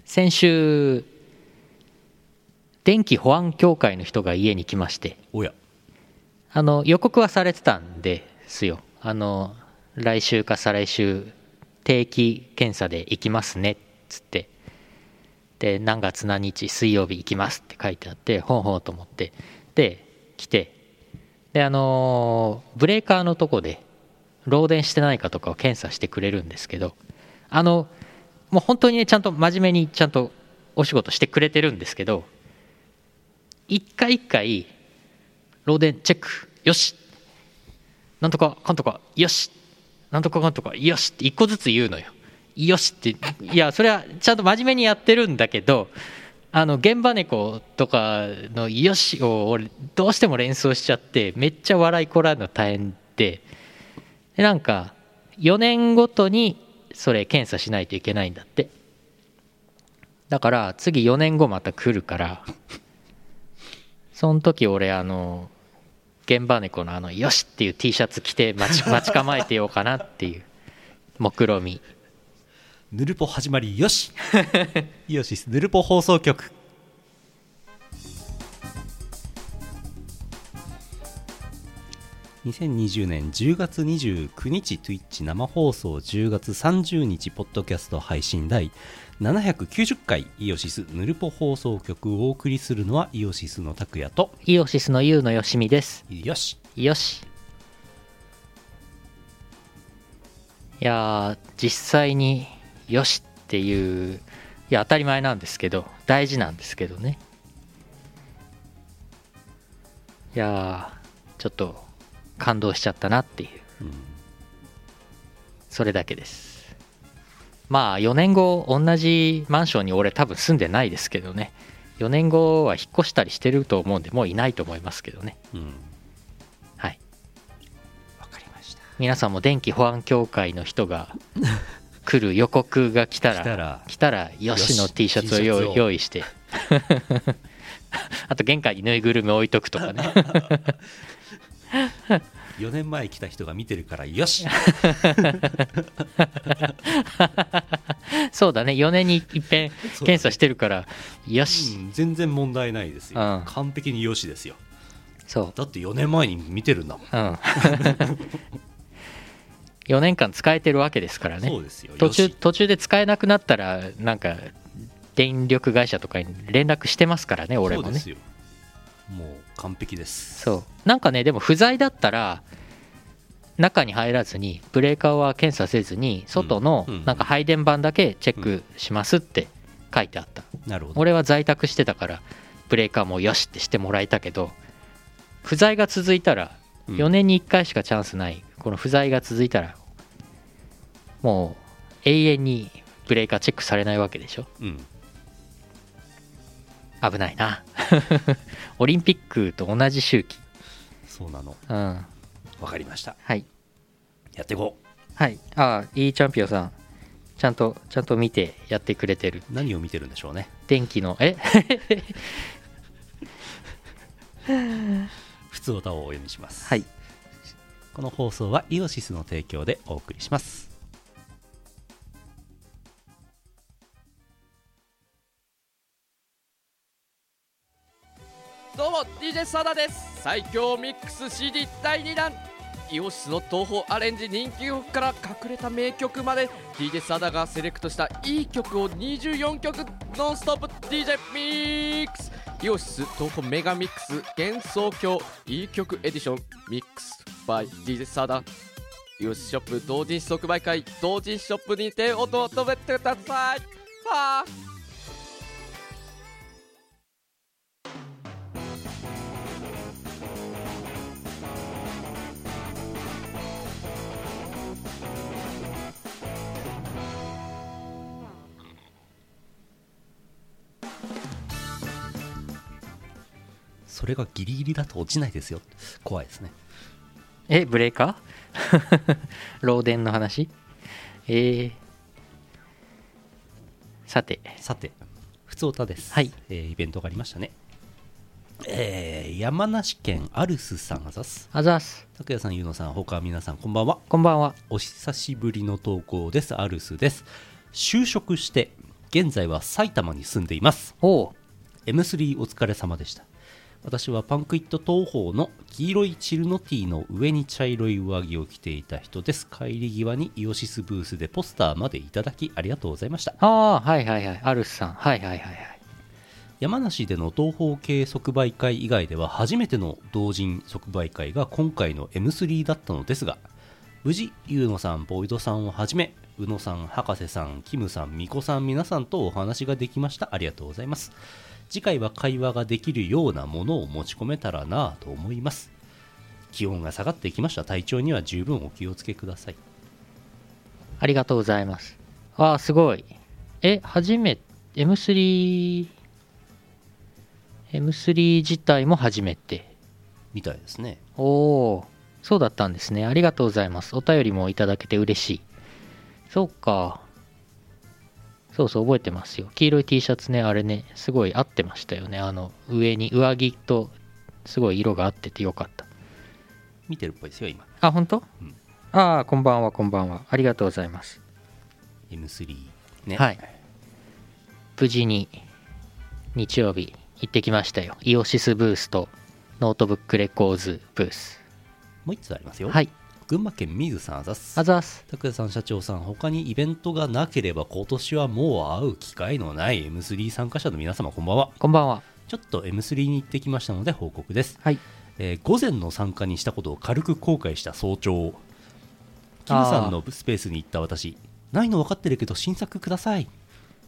先週電気保安協会の人が家に来まして、 おや、 予告はされてたんですよ。来週か再来週定期検査で行きますねっつって、で何月何日水曜日行きますって書いてあって、ほんほんと思って、で来て、でブレーカーのとこで漏電してないかとかを検査してくれるんですけど、もう本当にね、ちゃんと真面目にちゃんとお仕事してくれてるんですけど、一回一回漏電チェックよし、なんとかかんとかよし、なんとかかんとかよしって一個ずつ言うのよ。よしって、いやそれはちゃんと真面目にやってるんだけど、現場猫とかのよしを俺どうしても連想しちゃって、めっちゃ笑いこらえるの大変で、なんか4年ごとにそれ検査しないといけないんだって。だから次4年後また来るから、その時俺現場猫のよしっていう T シャツ着て待ち構えてようかなっていう目論み。 ヌルポ始まりよしイオシスヌルポ放送局。2020年10月29日 Twitch 生放送、10月30日ポッドキャスト配信第790回イオシスヌルポ放送局をお送りするのはイオシスの拓也とイオシスのユウのよしみです。 よしよし。いや実際によしっていう、いや当たり前なんですけど大事なんですけどね。いやちょっと感動しちゃったなっていう、それだけです。まあ4年後同じマンションに俺多分住んでないですけどね、4年後は引っ越したりしてると思うんで、もういないと思いますけどね。はい、 わかりました。 皆さんも電気保安協会の人が来る予告が来たらよしの T シャツを用意してあと玄関にぬいぐるみ置いとくとかね 4年前来た人が見てるからよしそうだね、4年に一遍検査してるからよし、 全然問題ないですよ、完璧によしですよ。 そうだって4年前に見てるんだもん、 4年間使えてるわけですからね。 そうですよ。 途中で使えなくなったらなんか電力会社とかに連絡してますからね、俺もね。 そうですよ、もう完璧です。 そうなんかね、でも不在だったら中に入らずにブレーカーは検査せずに外のなんか配電盤だけチェックしますって書いてあった。 なるほど。 俺は在宅してたからブレーカーもよしってしてもらえたけど、不在が続いたら4年に1回しかチャンスないこの不在が続いたらもう永遠にブレーカーチェックされないわけでしょ。危ないなオリンピックと同じ周期。 そうなの。わかりました。 はい、 やっていこう。 はい。いいチャンピオンさんちゃんと見てやってくれてる。 何を見てるんでしょうね。 電気の普通歌をお読みします。 はい。 この放送はイオシスの提供でお送りします。 どうも DJ サダです。最強ミックス CD 第2弾、イオシスの東宝アレンジ人気曲から隠れた名曲まで DJ サダがセレクトしたいい曲を24曲ノンストップ DJ ミックス、イオシス東宝メガミックス幻想郷いい曲エディションミックス by DJ サダ。イオシスショップ同人誌即売会同人誌ショップにてお求めてください。 それがギリギリだと落ちないですよ。怖いですね。 ブレーカー漏電の話。さて普通歌です。 はい。 イベントがありましたね。山梨県アルスさん、あざす。拓也さん、ゆうのさん、他皆さんこんばんは。 こんばんは。 お久しぶりの投稿です。アルスです。就職して現在は埼玉に住んでいます。 おう。 M3 お疲れ様でした。私はパンクイット東宝の黄色いチルノティーの上に茶色い上着を着ていた人です。帰り際にイオシスブースでポスターまでいただきありがとうございました。 ああ、はいはいはい。アルスさん。はいはいはいはい。 山梨での東宝系即売会以外では初めての同人即売会が今回の M3 だったのですが、無事ユーノさん、ボイドさんをはじめ宇野さん、博士さん、キムさん、ミコさん、皆さんとお話ができました。ありがとうございます。次回は会話ができるようなものを持ち込めたらなぁと思います。気温が下がってきました。体調には十分お気をつけください。 ありがとうございます。ああ、すごい。初め M3 自体も初めてみたいですね。 おお、そうだったんですね。ありがとうございます。お便りもいただけて嬉しい。そうか。そうそう、覚えてますよ。黄色い T シャツね、あれね、すごい合ってましたよね。上に上着とすごい色が合っててよかった。 見てるっぽいですよ、今。 あ、本当？ うん。 ああ、こんばんは、こんばんは。ありがとうございます。 M3 ね。 はい。無事に日曜日行ってきましたよ。イオシスブースとノートブックレコーズブース。 もう一つありますよ。 はい。 群馬県水さん、あざす。 あざす。 拓也さん、社長さん、他にイベントがなければ今年はもう会う機会のない M3 参加者の皆様、こんばんは。 こんばんは。 ちょっと M3 に行ってきましたので報告です。 はい。 午前の参加にしたことを軽く後悔した早朝、キムさんのスペースに行った私、ないの分かってるけど新作ください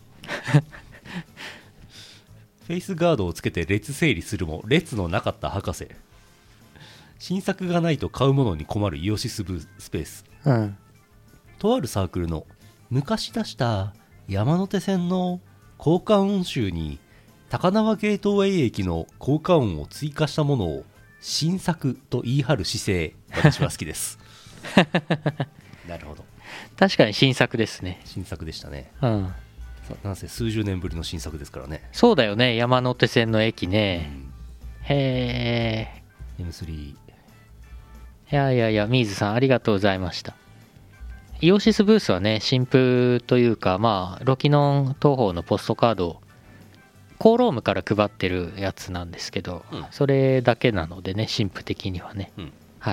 フェイスガードをつけて列整理するも列のなかった博士、新作がないと買うものに困るイオシスブスペース、 うん。 とあるサークルの昔出した山手線の効果音集に高輪ゲートウェイ駅の効果音を追加したものを新作と言い張る姿勢、私は好きですなるほど、 確かに新作ですね。 新作でしたね。 うん。 なんせ数十年ぶりの新作ですからね。 そうだよね、山手線の駅うね。 ん、 へえ。 M3 いやいやいや、ミーズさんありがとうございました。イオシスブースはね、新譜というか、まあロキノン東宝のポストカードをコーロームから配ってるやつなんですけど、 うんそれだけなのでね、新譜的にはね、 うん、 はい。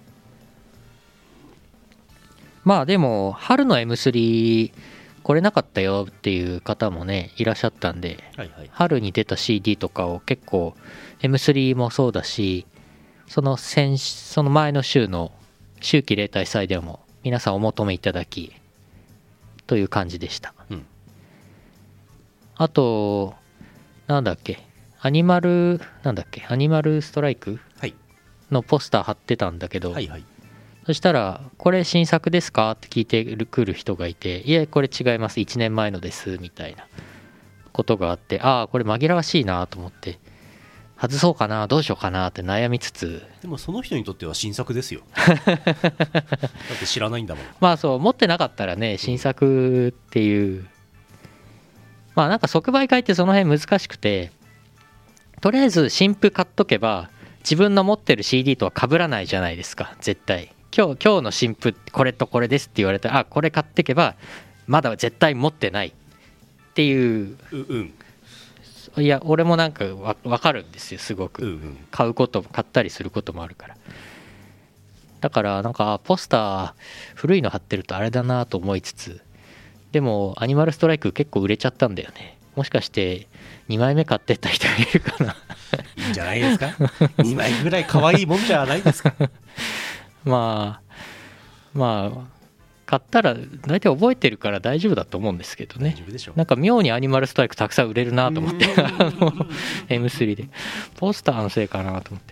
まあでも春の M3 来れなかったよっていう方もねいらっしゃったんで、 はいはい、 春に出た CD とかを結構 M3 もそうだし、その前の週の秋季例大祭でも皆さんお求めいただきという感じでした。 うん、 あとなんだっけ、アニマルストライクはいのポスター貼ってたんだけど、 はいはい、 そしたらこれ新作ですかって聞いてくる人がいて、いやこれ違います、1年前のですみたいなことがあって、ああこれ紛らわしいなと思って、外そうかなどうしようかなって悩みつつ、 でもその人にとっては新作ですよだって知らないんだもん。 まあそう持ってなかったらね新作っていう、まあなんか即売会ってその辺難しくて、とりあえず新譜買っとけば自分の持ってる CD とは被らないじゃないですか絶対。今日の新譜これとこれですって言われたら、あこれ買ってけばまだ絶対持ってないっていう、いや俺もなんか分かるんですよすごく、買ったりすることもあるから。だからなんかポスター古いの貼ってるとあれだなと思いつつ、でもアニマルストライク結構売れちゃったんだよね。もしかして2枚目買ってった人がいるかな。 いいんじゃないですか2枚ぐらい可愛いもんじゃないですかまあ買ったら大体覚えてるから大丈夫だと思うんですけどね。 大丈夫でしょう。 なんか妙にアニマルストライクたくさん売れるなと思ってM3 でポスターのせいかなと思って、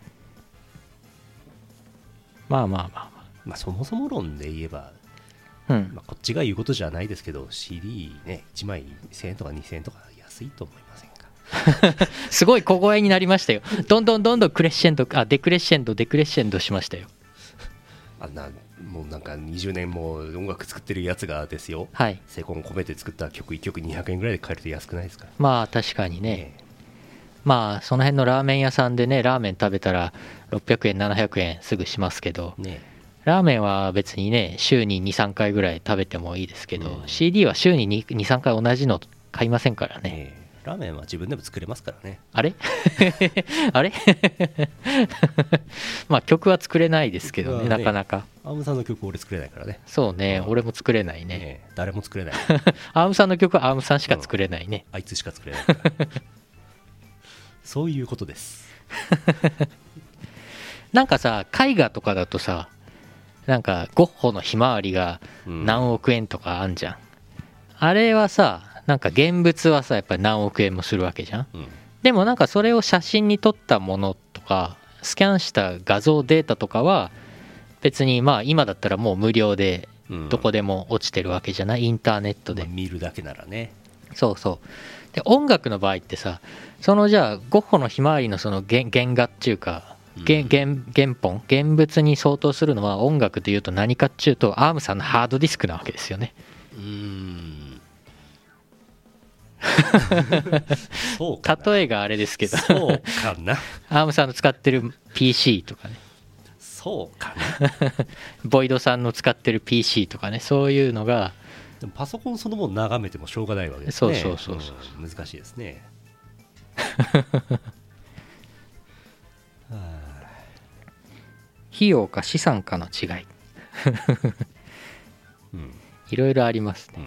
まあそもそも論で言えば、 うんこっちが言うことじゃないですけど CD ね1枚1000円とか2000円とか安いと思いませんかすごい小声になりましたよ。どんどんクレッシェンド、デクレッシェンドしましたよ。 あんなもうなんか20年も音楽作ってるやつがですよ、 はい、 精魂込めて作った曲1曲200円ぐらいで買えると安くないですか。 まあ確かにね、まあその辺のラーメン屋さんでねラーメン食べたら600円700円すぐしますけど、 ねラーメンは別にね週に 2,3 回ぐらい食べてもいいですけど、 うん CD は週に 2,3 回同じの買いませんからね。 ラーメンは自分でも作れますからね。 あれあれまあ曲は作れないですけどね、 曲はねなかなか。 アームさんの曲俺作れないからね。 そうね、俺も作れないね。 誰も作れないアームさんの曲はアームさんしか作れないね。 あいつしか作れないからそういうことです。 なんかさ、絵画とかだとさ、なんかゴッホのひまわりが何億円とかあんじゃん。あれはさ、なんか現物はさやっぱり何億円もするわけじゃん。 うんでもなんかそれを写真に撮ったものとかスキャンした画像データとかは別にまあ今だったらもう無料でうんどこでも落ちてるわけじゃない、インターネットで。 まあ見るだけならね。 そうそうで音楽の場合ってさ、そのじゃあゴッホのひまわりのその原画っていうか原本現物に相当するのは音楽でいうと何かっていうとアームさんのハードディスクなわけですよね。 そうかな。 例えがあれですけどそうかな。 アームさんの使ってる PC とかね、 そうかな。 ボイドさんの使ってる PC とかね、そういうのがでもパソコンそのもの眺めてもしょうがないわけですね。 そう難しいですね。 費用か資産かの違いうんいろいろありますね、 うん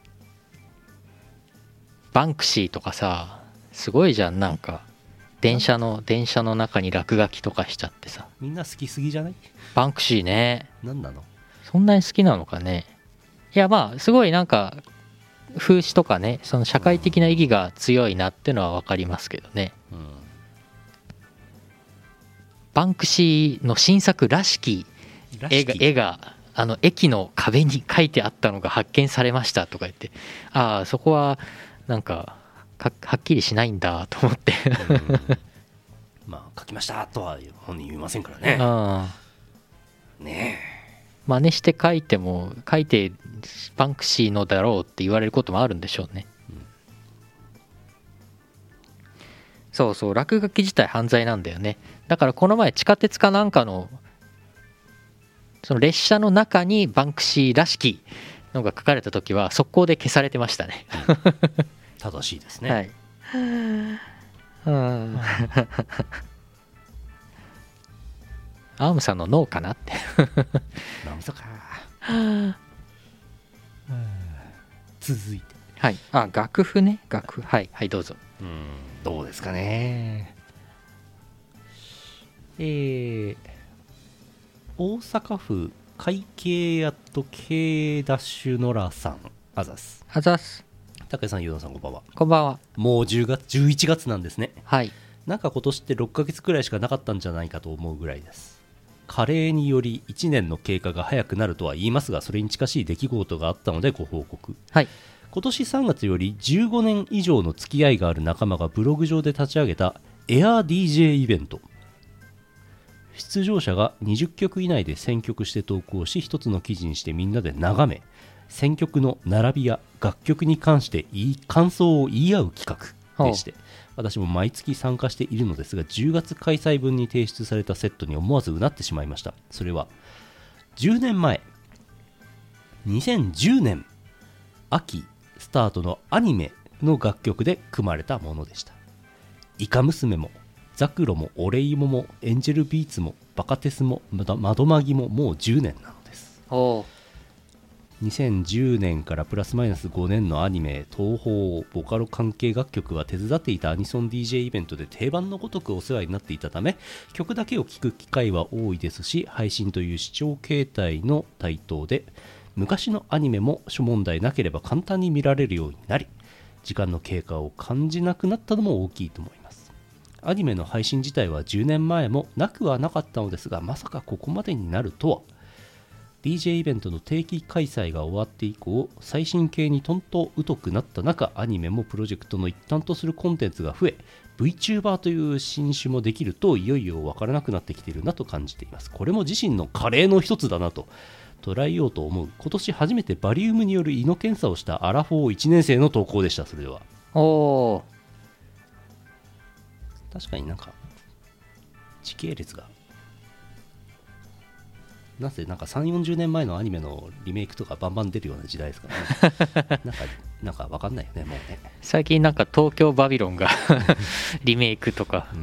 バンクシーとかさすごいじゃん。なんか電車の中に落書きとかしちゃってさ。 みんな好きすぎじゃない？ バンクシーね、 何なの？ そんなに好きなのかね。いやまあすごいなんか風刺とかね、その社会的な意義が強いなってのは分かりますけどね。 うんバンクシーの新作らしき絵が駅の壁に書いてあったのが発見されましたとか言って、ああそこはなんかはっきりしないんだと思ってまあ書きましたとは本人言いませんからね。ね真似して書いても書いてバンクシーのだろうって言われることもあるんでしょうね、そうそう、落書き自体犯罪なんだよね。だからこの前地下鉄かなんかのその列車の中にバンクシーらしきのが書かれた時は速攻で消されてましたね正しいですね。 はいアームさんの脳かなってなんそか続いてはい、楽譜ね、楽譜、はいはいどうぞ。 どうですかね。大阪府会計アット K ダッシュノラさん、あざす。 あざす。 高井さん、ゆうのさん、こんばんは。 こんばんは。 もう11月なんですね。 はい。 なんか今年って6ヶ月くらいしかなかったんじゃないかと思うぐらいです。加齢により1年の経過が早くなるとは言いますが、それに近しい出来事があったのでご報告。 はい。 今年3月より15年以上の付き合いがある仲間がブログ上で立ち上げたエア DJ イベント。出場者が20曲以内で選曲して投稿し、一つの記事にしてみんなで眺め、選曲の並びや楽曲に関して感想を言い合う企画でして、私も毎月参加しているのですが、10月開催分に提出されたセットに思わずうなってしまいました。それは10年前2010年秋スタートのアニメの楽曲で組まれたものでした。イカ娘もザクロもオレイモもエンジェルビーツもバカテスもマドマギももう10年なのです。2010年からプラスマイナス5年のアニメ、東宝、ボカロ関係楽曲は手伝っていたアニソン DJ イベントで定番のごとくお世話になっていたため、曲だけを聴く機会は多いですし、配信という視聴形態の台頭で昔のアニメも諸問題なければ簡単に見られるようになり、時間の経過を感じなくなったのも大きいと思います。アニメの配信自体は10年前もなくはなかったのですが、まさかここまでになるとは。DJ イベントの定期開催が終わって以降、最新系にとんと疎くなった中、アニメもプロジェクトの一端とするコンテンツが増え、 VTuber という新種もできるといよいよ分からなくなってきているなと感じています。これも自身のカレーの一つだなと捉えようと思う今年初めてバリウムによる胃の検査をしたアラフォー1年生の投稿でした。それでは確かになんか時系列がなんせなんか3、40年前のアニメのリメイクとかバンバン出るような時代ですからねなんか分かんないよねもうね。 最近なんか東京バビロンがリメイクとか、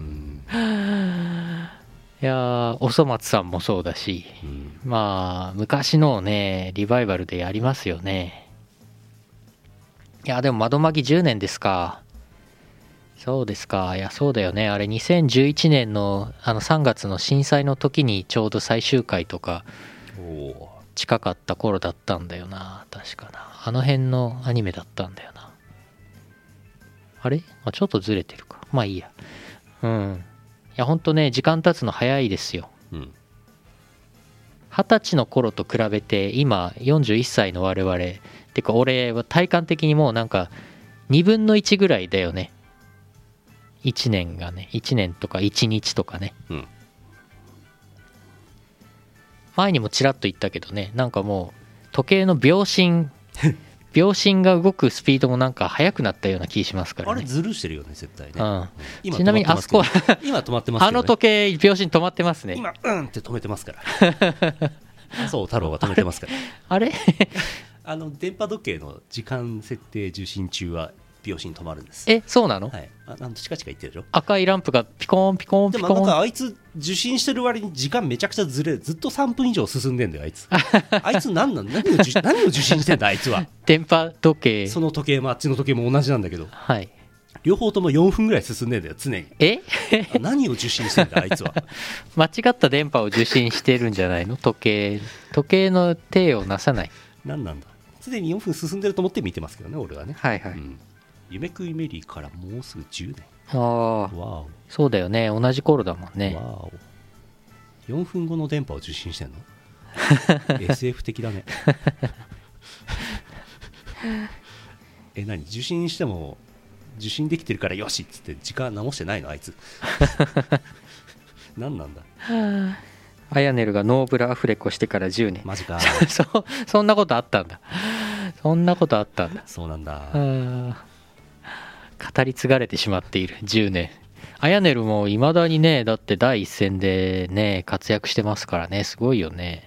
いやーおそ松さんもそうだし、まあ昔のをねリバイバルでやりますよね。いやでも窓マギ10年ですか。そうですか。いやそうだよね。あれ2011年の3月の震災の時にちょうど最終回とか近かった頃だったんだよな、確かな。あの辺のアニメだったんだよな。あれちょっとずれてるか。まあいいや。いやほんとね時間経つの早いですよ。20歳の頃と比べて今41歳の我々てか俺は体感的にもうなんか2分の1ぐらいだよね。1年がね、1年とか1日とかね、前にもちらっと言ったけどね、なんかもう時計の秒針が動くスピードもなんか速くなったような気しますからね。 あれズルしてるよね絶対ね。 ちなみにあそこは今止まってますけど、ね、 時計秒針止まってますね。 今って止めてますからそう太郎は止めてますからあれ電波時計の時間設定受信中は秒針止まるんです。 そうなの？ はい。チカチカ言ってるでしょ。 赤いランプがピコーンピコーンピコーン。 でもなんかあいつ受信してる割に時間めちゃくちゃずれる。ずっと3分以上進んでんだよあいつあいつ何を受信してんだあいつは。 電波時計、 その時計もあっちの時計も同じなんだけど、 はい、 両方とも4分ぐらい進んでんだよ常に。何を受信してんだあいつは間違った電波を受信してるんじゃないの？時計の手をなさない。 何なんだ。常に4分進んでると思って見てますけどね俺はね。 はいはい、 夢食いメリーからもうすぐ10年。 わおそうだよね、同じ頃だもんね。 わお4分後の電波を受信してんのSF 的だね何受信しても受信できてるからよしっつって時間直してないのあいつ何なんだ。 アヤネルがノーブラアフレコしてから10年。 マジかそんなことあったんだ。そんなことあったんだ。 そうなんだ。 語り継がれてしまっている10年。アヤネルもいまだにね、だって第一線でね活躍してますからね、すごいよね。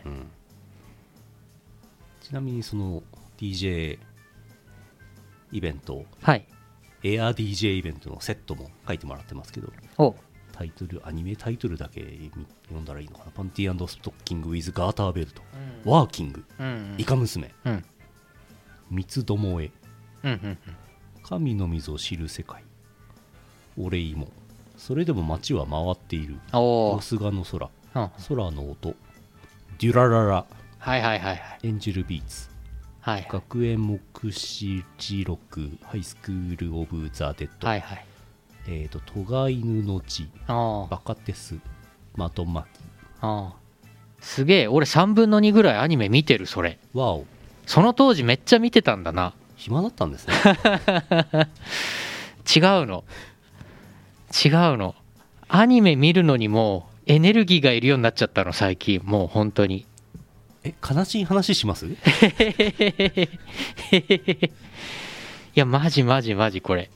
ちなみにその DJ イベント、 はい、 エア DJ イベントのセットも書いてもらってますけど、タイトルアニメタイトルだけ読んだらいいのかな。パンティー&ストッキング with ガーターベルト、ワーキング、イカ娘、三つどもえ、神の水を知る世界、俺芋、それでも街は回っている、オスガの空、空の音、デュラララ、エンジェルビーツ、学園目視録、ハイスクールオブザ・デッド、トガ犬の地、バカテス、マトマキ。 すげえ、俺3分の2ぐらいアニメ見てる。それわお、 その当時めっちゃ見てたんだな。 暇だったんですね違うのアニメ見るのにもエネルギーがいるようになっちゃったの最近。もう本当に悲しい話しますいやマジこれ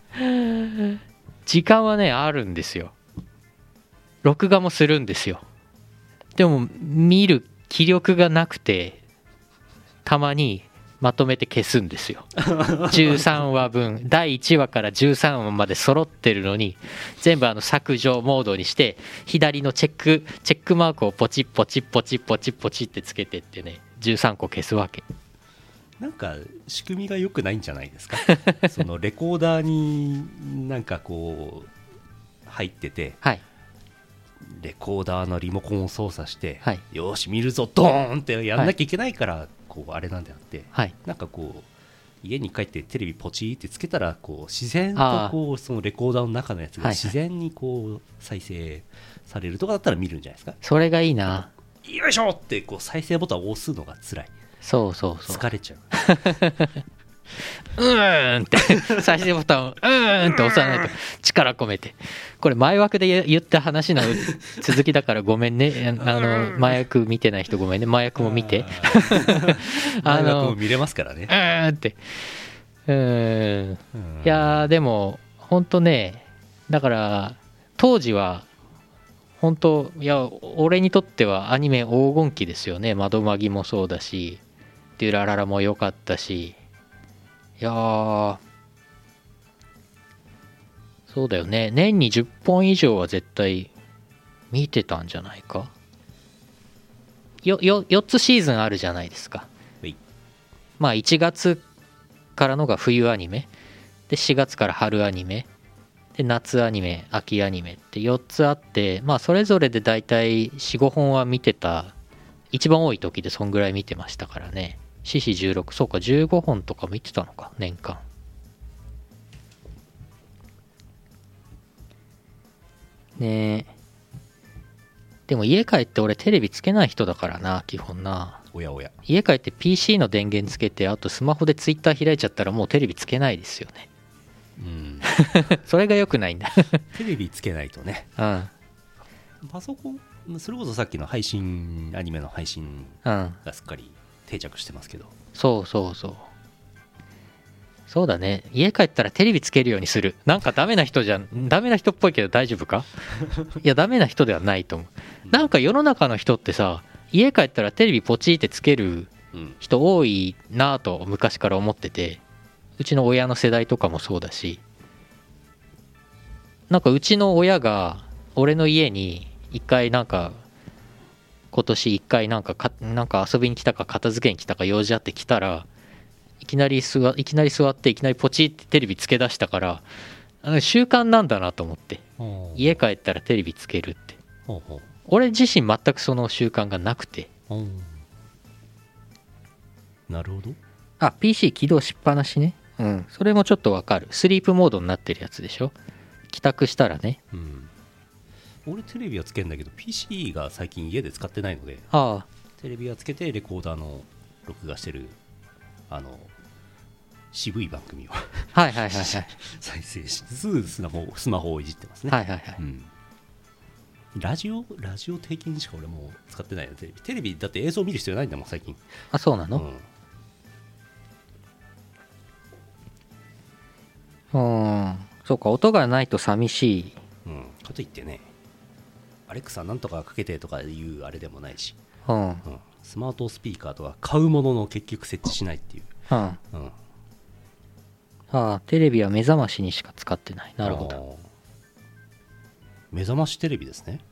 時間はねあるんですよ。録画もするんですよ。でも見る気力がなくてたまにまとめて消すんですよ13話分、第1話から13話まで揃ってるのに全部削除モードにして左のチェックマークをポチッポチッポチッポチッポチってつけてってね13個消すわけ。 なんか仕組みが良くないんじゃないですかそのレコーダーになんかこう入ってて、レコーダーのリモコンを操作して、よし見るぞドーンってやんなきゃいけないから、こうあれなんであって、なんかこう家に帰ってテレビポチってつけたらこう自然とこうそのレコーダーの中のやつが自然にこう再生されるとかだったら見るんじゃないですか。 それがいいな。 よいしょってこう再生ボタンを押すのが辛い。 そう疲れちゃうって再生ボタンをって押さないと力込めて。これ前枠で言った話の続きだからごめんね。前枠見てない人ごめんね。前枠も見て前枠も見れますからねっていやでもほんとね、だから当時は本当いや俺にとってはアニメ黄金期ですよね。窓マギもそうだしデュラララも良かったし、いやーそうだよね、年に10本以上は絶対見てたんじゃないか。4つシーズンあるじゃないですか。 はいまあ1月からのが冬アニメで、4月から春アニメで、夏アニメ秋アニメって4つあって、まあそれぞれでだいたい 4,5 本は見てた。一番多い時でそんぐらい見てましたからね。4、4、16、そうか15本とか見てたのか年間。ねえ、でも家帰って俺テレビつけない人だからな、基本な。 おやおや。 家帰って PC の電源つけて、あとスマホで Twitter 開いちゃったらもうテレビつけないですよね。 うんそれが良くないんだテレビつけないとね。 うんパソコン、それこそさっきの配信、アニメの配信うんがすっかり定着してますけど。 そうそうそう。そうだね。家帰ったらテレビつけるようにする。なんかダメな人っぽいけど大丈夫かいや、ダメな人ではないと思う。なんか世の中の人ってさ、家帰ったらテレビポチってつけるうん人多いなぁと昔から思ってて、うちの親の世代とかもそうだし、なんかうちの親が俺の家に一回なんか今年一回なんか遊びに来たか片付けに来たか用事あって来たら、いきなり座っていきなりポチってテレビつけ出したから、習慣なんだなと思って。家帰ったらテレビつけるって。 ほうほう俺自身全くその習慣がなくて。 なるほど。 あ、PC 起動しっぱなしね。うん、それもちょっとわかる。スリープモードになってるやつでしょ。帰宅したらね。 うん俺テレビはつけるんだけど PC が最近家で使ってないので、 ああ、 テレビはつけてレコーダーの録画してる渋い番組をはいはいはいはい再生しつつスマホをいじってますね。 はいはいはい。 うんラジオ的にしか俺もう使ってないよ。テレビだって映像見る必要ないんだもん最近。 あ、そうなの？ うんそうか、音がないと寂しい。 かといってね、アレクサなんとかかけてとかいうあれでもないし、 うんスマートスピーカーとか買うものの結局設置しないっていう、 ああ、テレビは目覚ましにしか使ってない。なるほど。 ど。目覚ましテレビですね。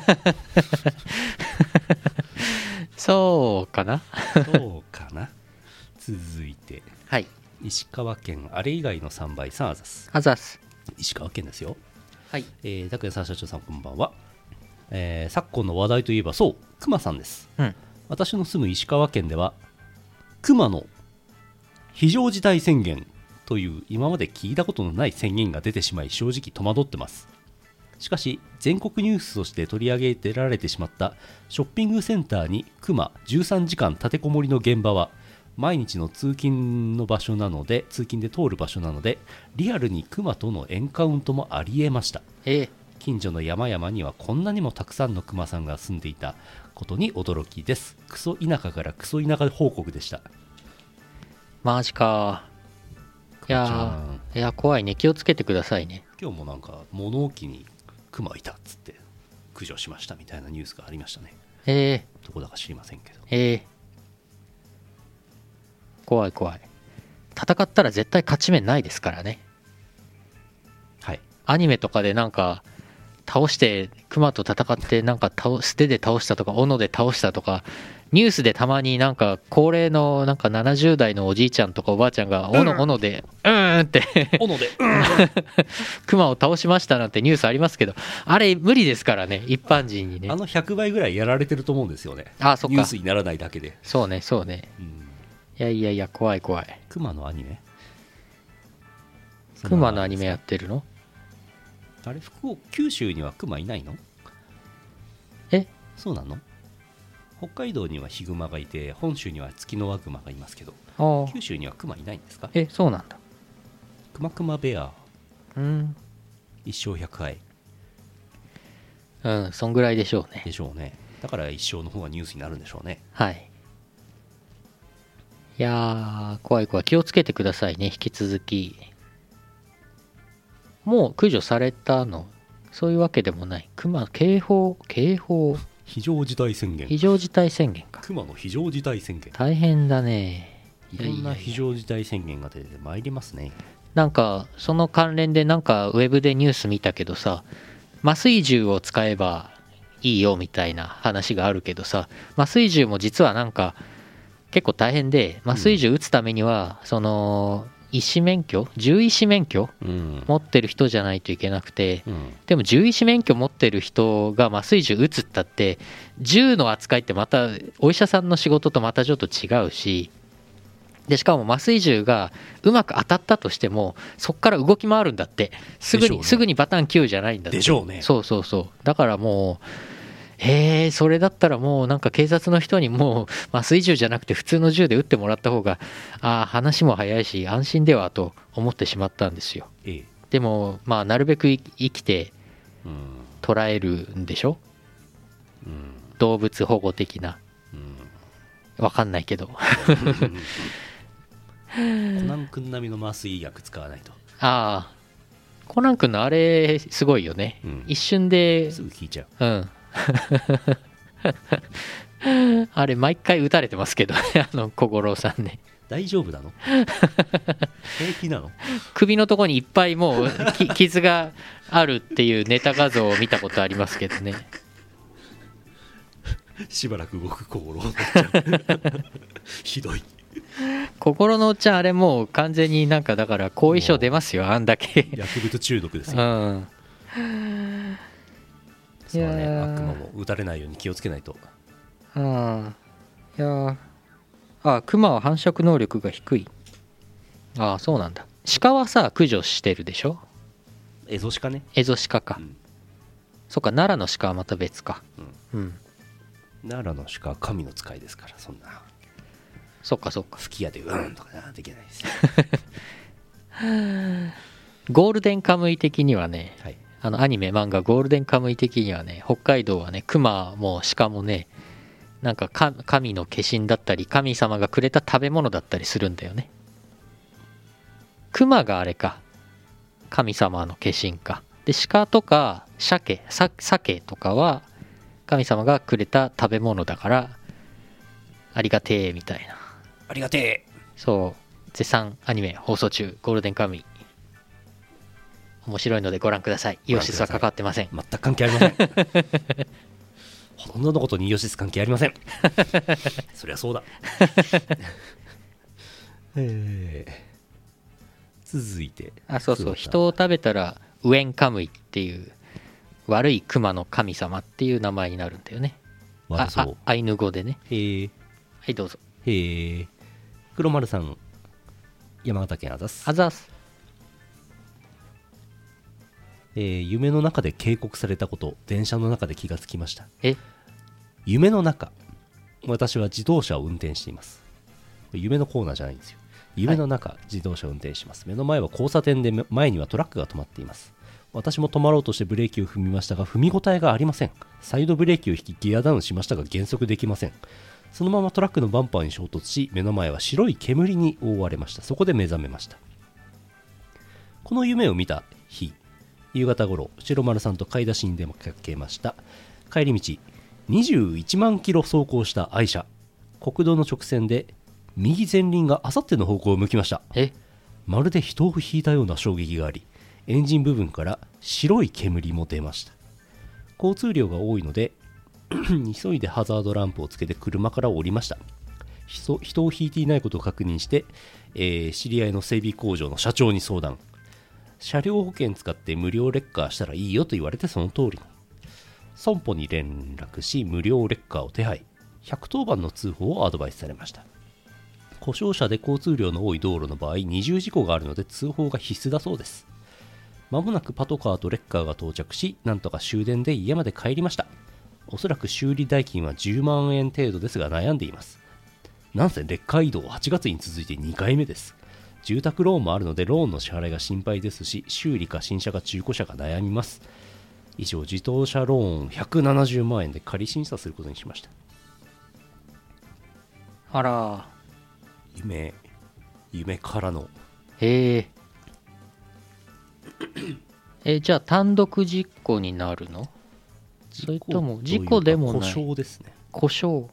そうかな。 そうかな。続いてはい。 石川県あれ以外の3倍さんあざす。 あざす。 石川県ですよ。 はい。 拓也さん社長さんこんばんは。昨今の話題といえばそう熊さんです。 うん。 私の住む石川県では熊の非常事態宣言という今まで聞いたことのない宣言が出てしまい正直戸惑ってます。しかし全国ニュースとして取り上げてられてしまったショッピングセンターに熊13時間立てこもりの現場は毎日の通勤で通る場所なのでリアルに熊とのエンカウントもありえました。近所の山々にはこんなにもたくさんのクマさんが住んでいたことに驚きです。クソ田舎からクソ田舎報告でした。 マジか。いや怖いね。気をつけてくださいね。 今日もなんか物置にクマいたっつって駆除しましたみたいなニュースがありましたね。どこだか知りませんけど。 怖い怖い。戦ったら絶対勝ち目ないですからね。 はい。 アニメとかでなんか倒してクマと戦ってなんか素手で倒したとか斧で倒したとかニュースでたまになんか高齢のなんか70代のおじいちゃんとかおばあちゃんが斧でって斧でクマを倒しましたなんてニュースありますけど、あれ無理ですからね、一般人にね。 100倍ぐらいやられてると思うんですよね。 あ、そっか。 ニュースにならないだけで。 そうね。いや怖い怖い。 クマのアニメクマのアニメやってるの？ あれ九州にはクマいないの？そうなの？北海道にはヒグマがいて本州にはツキノワグマがいますけど九州にはクマいないんですか？ そうなんだ。 クマクマベア一生100回そんぐらいでしょうね。 でしょうね。だから一生の方がニュースになるんでしょうね。 はい。いやー怖い怖い。気をつけてくださいね。引き続き。もう駆除されたの？ そういうわけでもない。熊警報非常事態宣言。 非常事態宣言か。 熊の非常事態宣言。 大変だね。 いろんな非常事態宣言が出てまいりますね。 なんかその関連でなんかウェブでニュース見たけどさ、麻酔銃を使えばいいよみたいな話があるけどさ、麻酔銃も実はなんか結構大変で、麻酔銃撃つためにはその医師免許、獣医師免許うん。 持ってる人じゃないといけなくて、 うん。 でも獣医師免許持ってる人が麻酔銃撃つったって銃の扱いってまたお医者さんの仕事とまたちょっと違うし、でしかも麻酔銃がうまく当たったとしてもそこから動き回るんだって、すぐに、 でしょうねすぐにバタン9じゃないんだって。 でしょうね。 そうそうそう。だからもうそれだったらもうなんか警察の人にもう麻酔銃じゃなくて普通の銃で撃ってもらった方が話も早いし安心ではと思ってしまったんですよ。 ええ。 でもまあなるべく生きてうん。 捕らえるんでしょ、 うん。 動物保護的な。わかんないけどコナン君並みの麻酔薬使わないとコナン君のあれすごいよね、一瞬ですぐ効いちゃう。あれ毎回撃たれてますけどね小五郎さんね。 大丈夫なの平気なの？ 首のとこにいっぱいもう傷があるっていうネタ画像を見たことありますけどね。 しばらく動く心をちゃうひどい。 心のおっちゃんあれもう完全になんかだから後遺症出ますよ、あんだけ薬物中毒ですうよ。 ん。 そうね、 いやー悪魔も撃たれないように気をつけないと。 いやクマは繁殖能力が低い。そうなんだ。鹿はさ駆除してるでしょ。 エゾシカね。 エゾシカか、 うんそっか、奈良の鹿はまた別か。うん奈良の鹿は神の使いですから、そんなそっかそっか。 吹き矢でうんとかできないですよ。 ゴールデンカムイ的にはね、 はい。 アニメ漫画ゴールデンカムイ的にはね、北海道はねクマも鹿もね、なんか神の化身だったり神様がくれた食べ物だったりするんだよね。クマがあれか、神様の化身か。で鹿とか鮭とかは神様がくれた食べ物だからありがてえみたいな。 ありがてえ。 そう絶賛アニメ放送中、ゴールデンカムイ面白いのでご覧ください。イオシスは関わってません。 全く関係ありません。ほとんどのことにイオシス関係ありません。そりゃそうだ。続いて、 そうそう、人を食べたらウエンカムイっていう悪いクマの神様っていう名前になるんだよね。 悪そう。 アイヌ語でね。 へえ。 はいどうぞ。 へえ。黒丸さん、山形県あざす。 あざす。 夢の中で警告されたこと、電車の中で気がつきました。 え夢の中、私は自動車を運転しています。夢のコーナーじゃないんですよ。夢の中、自動車を運転します。目の前は交差点で前にはトラックが止まっています。私も止まろうとしてブレーキを踏みましたが踏み応えがありません。サイドブレーキを引きギアダウンしましたが減速できません。そのままトラックのバンパーに衝突し、目の前は白い煙に覆われました。そこで目覚めました。この夢を見た日、夕方頃、白丸さんと買い出しに出かけました。帰り道、21万キロ走行した愛車、国道の直線で右前輪があさっての方向を向きました。まるで人を引いたような衝撃があり、エンジン部分から白い煙も出ました。交通量が多いので急いでハザードランプをつけて車から降りました。人を引いていないことを確認して、知り合いの整備工場の社長に相談。車両保険使って無料レッカーしたらいいよと言われて、その通りに損保に連絡し無料レッカーを手配。110番の通報をアドバイスされました。故障車で交通量の多い道路の場合、二重事故があるので通報が必須だそうです。まもなくパトカーとレッカーが到着し、なんとか終電で家まで帰りました。おそらく修理代金は10万円程度ですが悩んでいます。なんせレッカー移動は8月に続いて2回目です。住宅ローンもあるのでローンの支払いが心配ですし、修理か新車か中古車か悩みます。以上、自動車ローン170万円で仮審査することにしました。 あら夢からのへえじゃあ単独事故になるの？それとも事故でもない？ 故障ですね。 故障。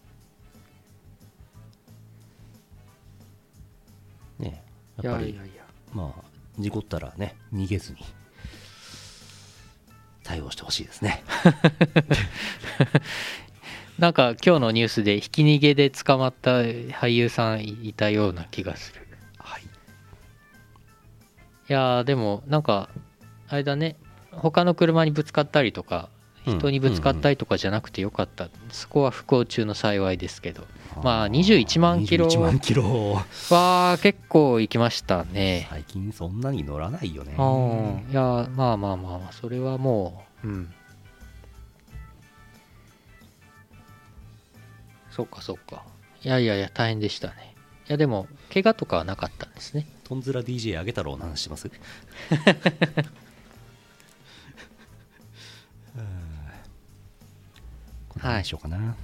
ね、やっぱりいやいやいや、 まあ事故ったらね逃げずに対応してほしいですね。 なんか今日のニュースでひき逃げで捕まった俳優さんいたような気がする。 はい。 いやーでもなんかあれだね、他の車にぶつかったりとか人にぶつかったりとかじゃなくてよかった、そこは不幸中の幸いですけど、まあ21万キロ 21万キロは結構行きましたね。 最近そんなに乗らないよね。 いやまあまあまあそれはもうそうかそうか。いやいやいや大変でしたね。いやでも怪我とかはなかったんですね。 トンズラ DJ あげ太郎の話します。こんなにしようかな、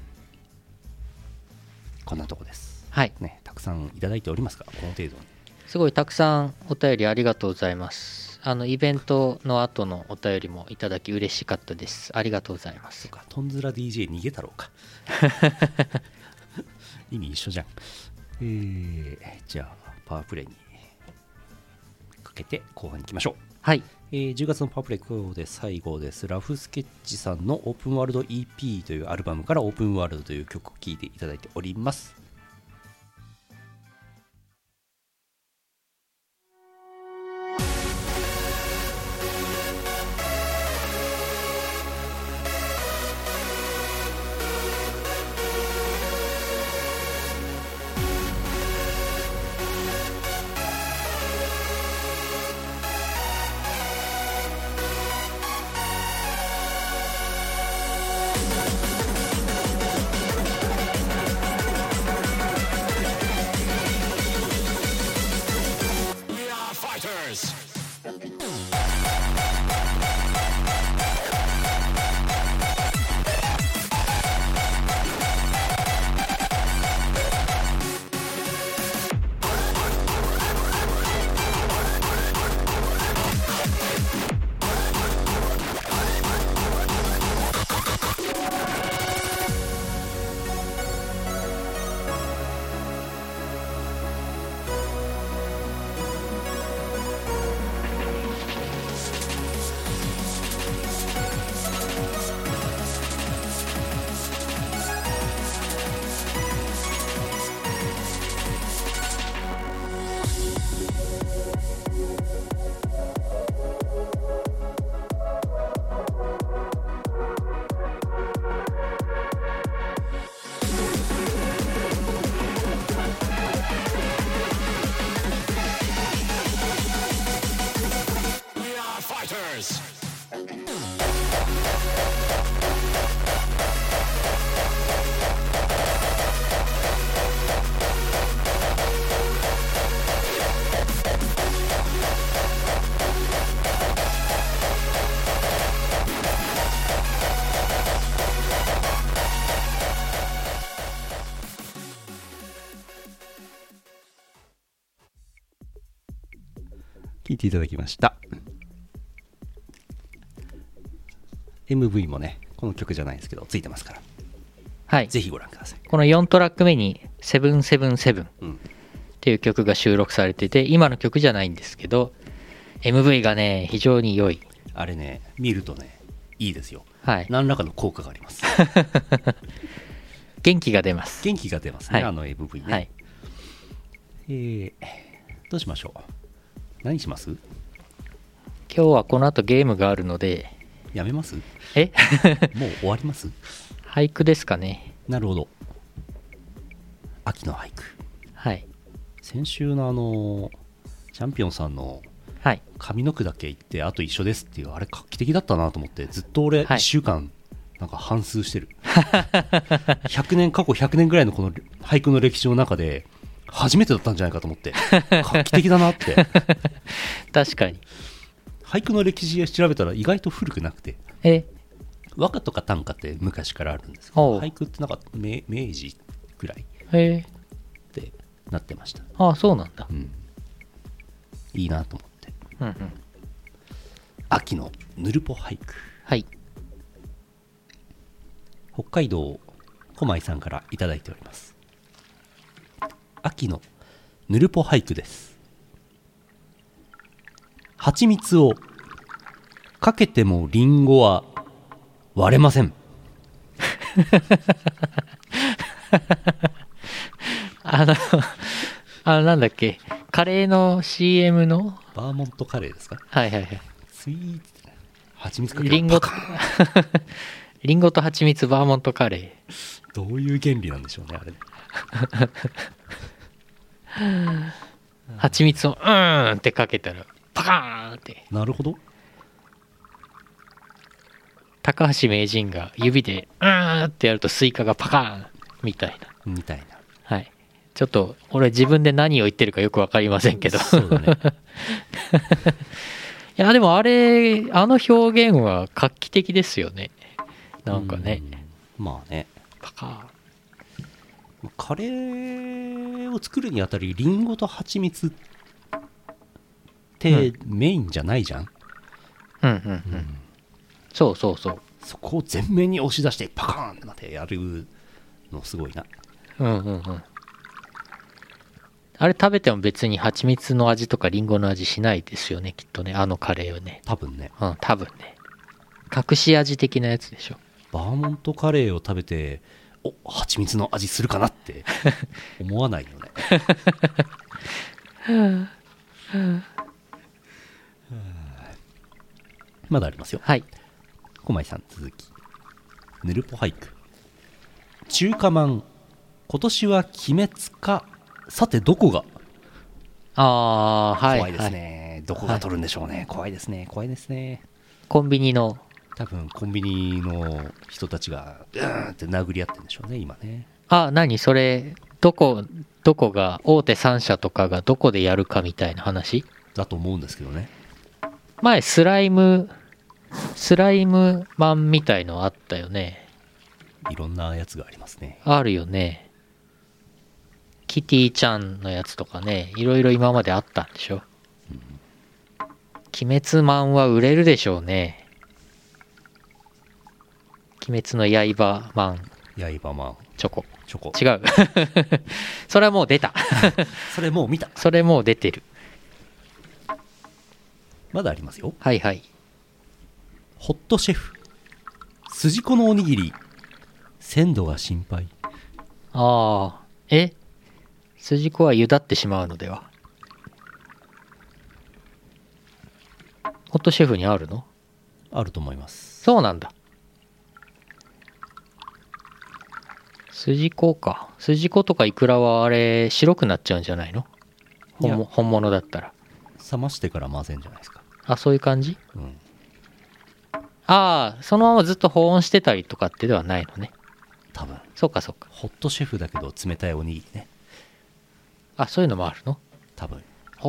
こんなとこですはいね。たくさんいただいておりますが、この程度に。 すごいたくさんお便りありがとうございます。イベントの後のお便りもいただき嬉しかったです。ありがとうございます。 そうか、トンズラ DJ 逃げ太郎か。意味一緒じゃん。じゃあパワープレイにかけて後半に行きましょう。 はい。 10月のパワープレイ今日で最後です。ラフスケッチさんのオープンワールド EP というアルバムからオープンワールドという曲を聴いていただいております。聴いていただきました。 MV もねこの曲じゃないですけどついてますから、 はい。 ぜひご覧ください。 この4トラック目に777 うんっていう曲が収録されてて、今の曲じゃないんですけど MV がね非常に良い。 あれね見るとねいいですよ。 はい。 何らかの効果があります。 元気が出ます。 元気が出ますね、 はいあの MV ね。 はい。 どうしましょう。何します？ 今日はこの後ゲームがあるので、 やめます？もえう終わります？ 俳句ですかね。 なるほど。秋の俳句。 はい先週のチャンピオンさんのはい上の句だけ言ってあと一緒ですっていう、あれ画期的だったなと思って、ずっと俺1週間なんか反芻してる。100年過去100年ぐらいのこの俳句の歴史の中で初めてだったんじゃないかと思って、画期的だなって。 確かに。 俳句の歴史調べたら意外と古くなくて、和歌とか短歌って昔からあるんですけど、俳句ってなんか明治ぐらいってなってました。 ああそうなんだ。 いいなと思って。 秋のぬるぽ俳句。 はい。 北海道小井さんからいただいております。秋のぬるぽ俳句です。蜂蜜をかけてもリンゴは割れません。 あのなんだっけ、カレーの CM の、 バーモントカレーですか。 はいはいはい。 スイーツ蜂蜜かけリンゴてパカーン。 リンゴと蜂蜜バーモントカレどういう原理なんでしょうね、あれね。 ー。蜂蜜をってかけたらパカーンって、 なるほど。 高橋名人が指でってやるとスイカがパカーンみたいな。 みたいな。 はい。ちょっと俺自分で何を言ってるかよく分かりませんけど。 そうだね。 いやでもあの表現は画期的ですよね。なんかね。 まあね。 パカカレーを作るにあたりリンゴと蜂蜜ってメインじゃないじゃん。 そうそうそう。 そこを前面に押し出してパカーンってなってやるのすごいな。 あれ食べても別に蜂蜜の味とかリンゴの味しないですよね、きっとね、あのカレーをね。 多分ね。 多分ね。隠し味的なやつでしょ。 バーモントカレーを食べて蜂蜜の味するかなって思わないよね。まだありますよ。 はい。 小井さん続き。ぬるぽ俳句。中華まん今年は鬼滅か、さてどこが。 はい。 怖いですね、はい、どこが取るんでしょうね、はい、怖いですね、怖いですね。 コンビニの多分コンビニの人たちがって殴り合ってるんでしょうね今ね。 何それ、どこが大手3社とかがどこでやるかみたいな話だと思うんですけどね。 前スライムマンみたいのあったよね。 いろんなやつがありますね。 あるよね。キティちゃんのやつとかね、いろいろ今まであったんでしょ。鬼滅マンは売れるでしょうね。鬼滅の刃マン。 刃マン。 チョコ。違う。それはもう出た。 それもう見た。 それもう出てる。 まだありますよ。 はいはい。 ホットシェフ。筋子のおにぎり。鮮度が心配。 筋子はゆだってしまうのでは。ホットシェフにあるの？ あると思います。 そうなんだ。筋子か。筋子とかイクラはあれ白くなっちゃうんじゃないの？本物だったら。 冷ましてから混ぜんじゃないですか。 そういう感じ？そのままずっと保温してたりとかってではないのね。 多分。 そうかそうか。 ホットシェフだけど冷たいおにぎりね。 そういうのもあるの？ 多分。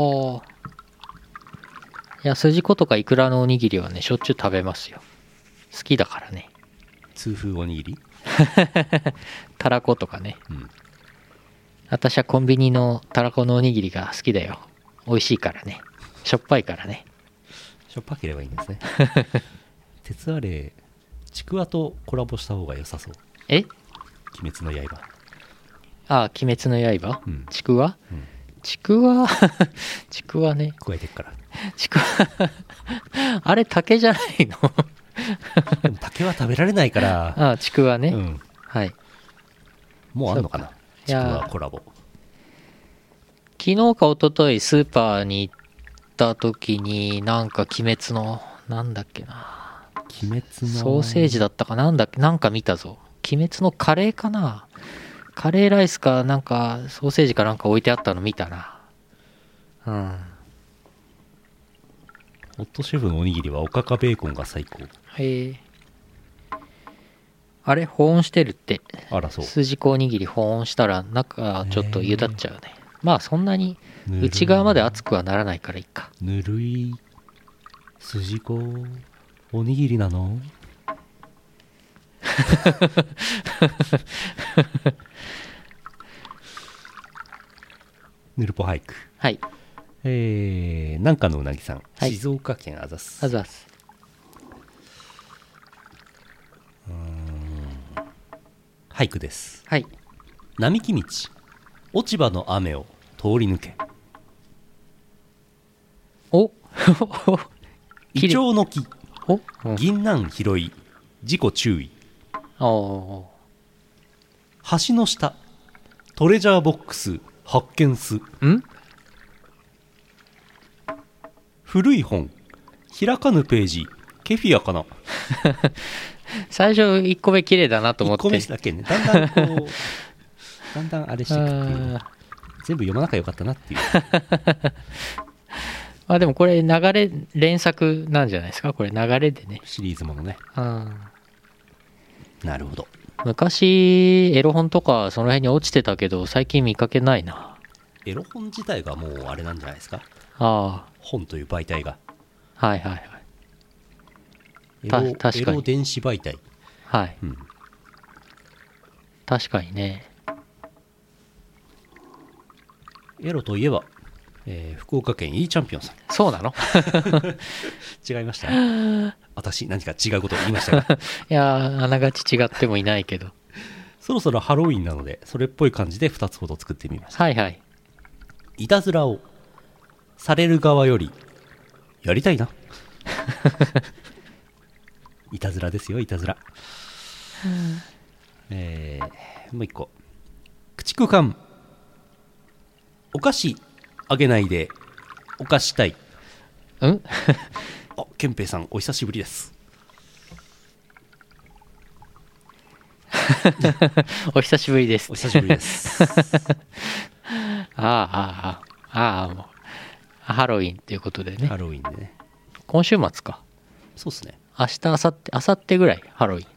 いや、筋子とかイクラのおにぎりはね、しょっちゅう食べますよ。好きだからね。 痛風おにぎりたらことかね。私はコンビニのたらこのおにぎりが好きだよ。美味しいからね。しょっぱいからね。 しょっぱければいいんですね。鉄アレイちくわとコラボした方が良さそう。鬼滅の刃。 鬼滅の刃、ちくわ、ちくわね。 加えてっから。 ちくわあれ竹じゃないの？ でも竹は食べられないから。 ちくわね。はい。 もうあるのかな、ちくわコラボ。 昨日か一昨日スーパーに行った時になんか鬼滅のなんだっけな、 鬼滅のソーセージだったかなんだっけ、なんか見たぞ。鬼滅のカレーかな、カレーライスかなんかソーセージかなんか置いてあったの見たな。 ホットシェフのおにぎりはおかかベーコンが最高。 へえ。あれ保温してるって。 あらそう。 筋子おにぎり保温したら中ちょっとゆだっちゃうね。まあそんなに内側まで熱くはならないからいいか。 ぬるい筋子おにぎりなの？ぬるぽ俳句。 はい。 南下のうなぎさん、 はい、 静岡県あざす。 あざす。 俳句です。 はい。 並木道、落ち葉の雨を通り抜け。 おイチョウの木、 お、うん、 銀杏拾い、事故注意。 お橋の下、トレジャーボックス発見す。 ん古い本、開かぬページ、ケフィアかな。 最初1個目綺麗だなと思っ 1個目て。 だけね、だんだんこうだんだんあれしていくっていうね、全部読まなきゃよかったなっていう。 まあでもこれ流れ連作なんじゃないですか、これ流れでね。 シリーズものね。なるほど。 昔エロ本とかその辺に落ちてたけど最近見かけないな。 エロ本自体がもうあれなんじゃないですか。 あ本という媒体があ、はいはいはい。確かにエロ電子媒体。 はい、 うん、 確かにね。 エロといえば、福岡県 E チャンピオンさん。 そうなの違いましたね。私何か違うことを言いましたが。 いやー、あながち違ってもいないけど。 そろそろハロウィンなのでそれっぽい感じで2つほど作ってみました。 はいはい。 いたずらをされる側よりやりたいな。いたずらですよ、いたずら。もう一個、駆逐艦、お菓子あげないでお菓子したい。 あ、 憲兵さんお久しぶりです。 お久しぶりです。 お久しぶりです。 もうハロウィンということでね。 ハロウィンでね。 今週末か。 そうっすね。 明日、明後日ぐらいハロウィン。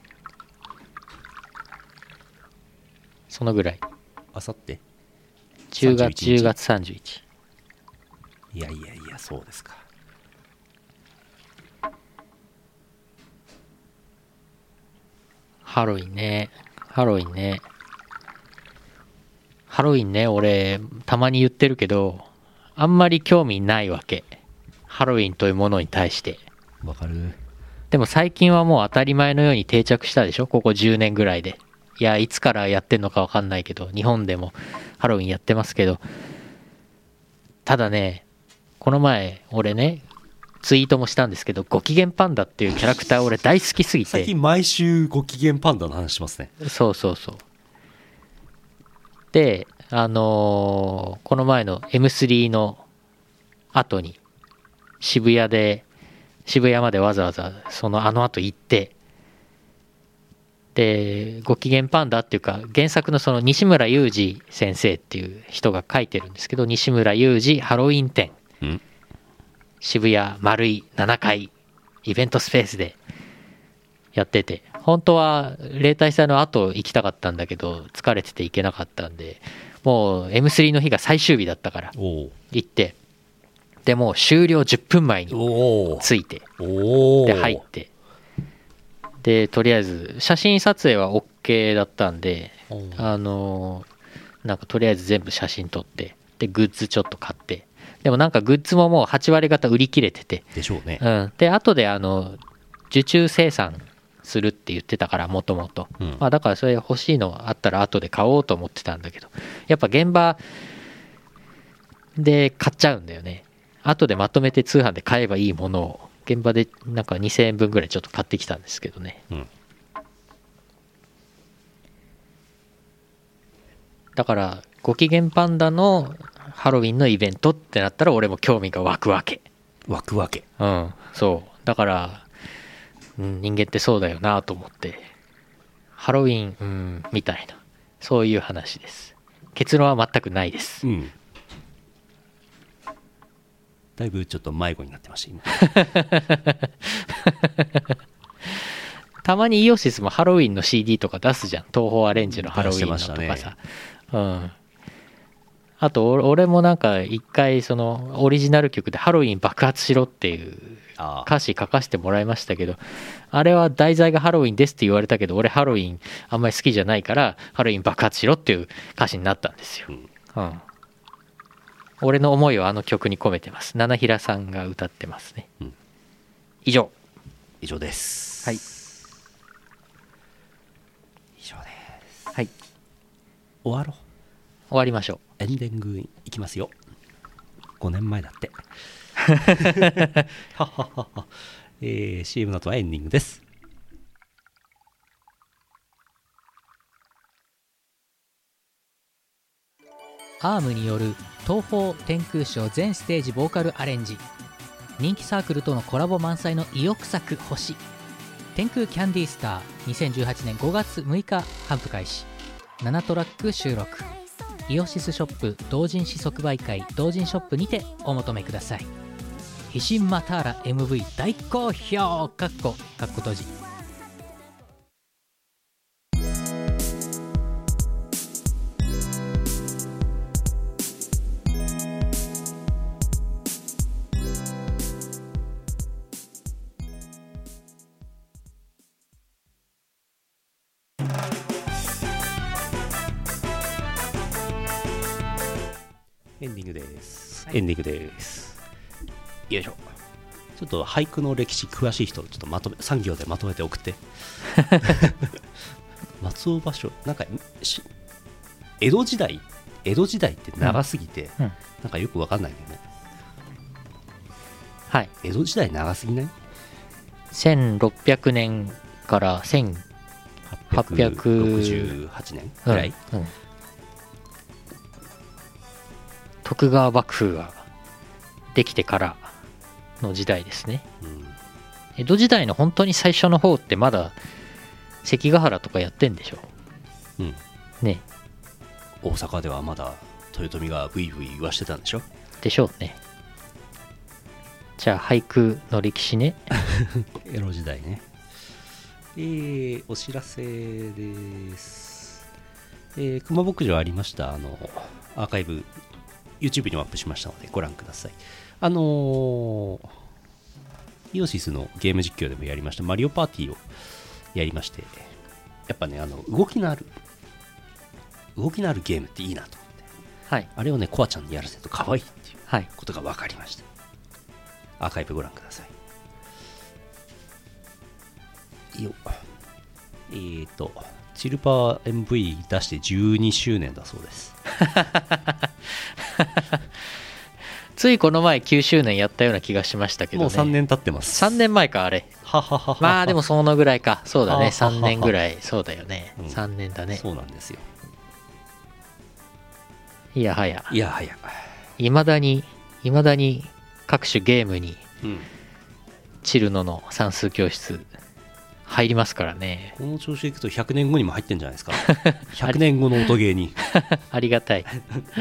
そのぐらい。 あさって 10月31。 いやいやいや、そうですか。 ハロウィンね。ハロウィンね。ハロウィンね、俺、たまに言ってるけど、あんまり興味ないわけ。ハロウィンというものに対して。 わかる。 でも最近はもう当たり前のように定着したでしょ、ここ10年ぐらいで。いや、いつからやってんのかわかんないけど、日本でもハロウィンやってますけど、ただね、この前、俺ね、ツイートもしたんですけど、ご機嫌パンダっていうキャラクター俺大好きすぎて。 最近毎週ご機嫌パンダの話しますね。 そうそうそう。で、この前の M3 の後に、渋谷までわざわざあの後行って、で、ご機嫌パンダっていうか、原作のその西村雄二先生っていう人が書いてるんですけど、西村雄二ハロウィン展、渋谷丸い7階イベントスペースでやってて、本当は例大祭の後行きたかったんだけど、疲れてて行けなかったんで、もう M3 の日が最終日だったから行って、でもう終了10分前に着いて、で入って、でとりあえず写真撮影は OK だったんで、なんかとりあえず全部写真撮って、でグッズちょっと買って、でもなんかグッズももう8割方売り切れててでしょうね。 で後で受注生産するって言ってたから、もともと、まあだからそれ欲しいのあったら後で買おうと思ってたんだけど、やっぱ現場で買っちゃうんだよね。後でまとめて通販で買えばいいものを現場でなんか2000円分ぐらいちょっと買ってきたんですけどね、だからご機嫌パンダのハロウィンのイベントってなったら俺も興味が湧くわけ。そうだから、人間ってそうだよなと思って、ハロウィンみたいな、そういう話です。結論は全くないです。 だいぶちょっと迷子になってました今。 たまにイオシスもハロウィンの CD とか出すじゃん、東宝アレンジのハロウィンのとかさ、あと俺もなんか一回そのオリジナル曲でハロウィン爆発しろっていう歌詞書かせてもらいましたけど、あれは題材がハロウィンですって言われたけど、俺ハロウィンあんまり好きじゃないからハロウィン爆発しろっていう歌詞になったんですよ。俺の思いをあの曲に込めてます。七平さんが歌ってますね。以上です。 はい。 以上です。 はい、 終わろう。 終わりましょエンディングいきますよ。5年前だってはははは。CM の後はエンディングです。 アームによる東宝天空賞全ステージボーカルアレンジ、人気サークルとのコラボ満載の意欲作星、天空キャンディースター2018年5月6日頒布開始、7トラック収録。イオシスショップ同人誌即売会同人ショップにてお求めください。ヒシンマターラ MV 大好評かっこ閉じ。 エンディングです、エンディングです。よいしょ。ちょっと俳句の歴史詳しい人ちょっと3行でまとめて送って松尾芭蕉なんか江戸時代って長すぎて、なんかよくわかんないんだよね。 はい。 江戸時代長すぎない？ 1600年から1868 年ぐらい、 徳川幕府ができてからの時代ですね、江戸時代の本当に最初の方ってまだ関ヶ原とかやってんでしょ、ね。 大阪ではまだ豊臣がブイブイ言わしてたんでしょ。 でしょうね。じゃあ俳句の歴史ね江戸時代ね。お知らせです。熊牧場ありました。アーカイブYouTube にもアップしましたのでご覧ください。イオシスのゲーム実況でもやりましたマリオパーティーをやりまして、やっぱね動きのあるゲームっていいなと思って、 はい、 あれをねコアちゃんにやらせると可愛いっていうはいことが分かりました。アーカイブご覧ください。よチルパー MV 出して12周年だそうですついこの前9周年やったような気がしましたけどね。 もう3年経ってます。 3年前かあれ。 はははは。 まあでもそのぐらいか。そうだね、 ははは 3年ぐらい。そうだよね、3年だね。 そうなんですよ。 いやはやいまだに各種ゲームに、チルノの算数教室入りますからね。 この調子でいくと100年後にも入ってんじゃないですか100年後の音ゲーにありがたい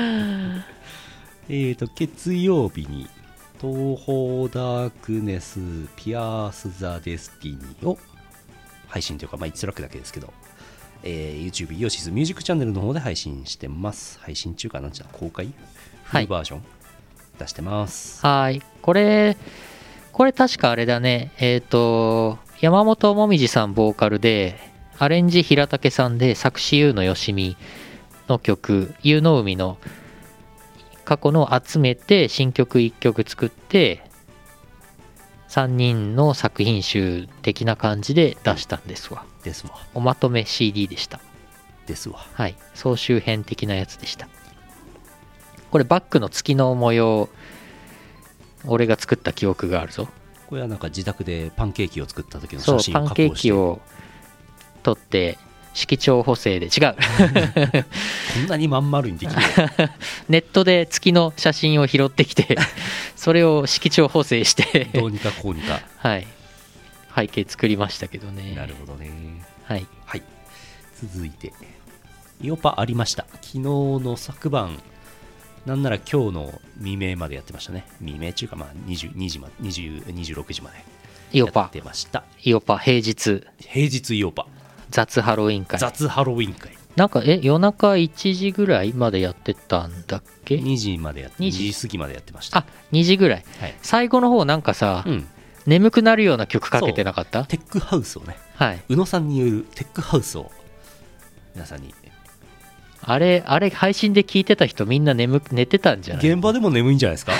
月曜日に東方ダークネスピアース・ザ・デスティニーを配信というか、1トラックだけですけど、YouTube イオシスミュージックチャンネルの方で配信してます。配信中かなんちゃ公開フルバージョン出してます。 はい。これ確かあれだね。山本もみじさんボーカルで、アレンジ平竹さんで、作詞優のよしみの曲、優の海の過去の集めて新曲1曲作って、3人の作品集的な感じで出したんですわ。おまとめ CD でした。 ですわ。 はい。総集編的なやつでした。これバックの月の模様、俺が作った記憶があるぞ。 これはなんか自宅でパンケーキを作った時の写真を加工して。 そう、パンケーキを撮って色調補正で、違うこんなにまん丸にできるネットで月の写真を拾ってきてそれを色調補正してどうにかこうにかはい背景作りましたけどね。 なるほどね。 はい、 はい、続いてイオパありました。昨日の昨晩、なんなら今日の未明までやってましたね。未明中か、22時まで26時までやってました。 イオパ平日イオパ雑ハロウィン会。 雑ハロウィン会なんか夜中1時ぐらいまでやってたんだっけ。 2時までやって2時過ぎまでやってました。 あ、2時ぐらい、 はい、 最後の方なんかさ、眠くなるような曲かけてなかった？ テックハウスをね、 はい、 宇野さんによるテックハウスを皆さんにあれ配信で聞いてた人みんな寝てたんじゃない？ 現場でも眠いんじゃないですか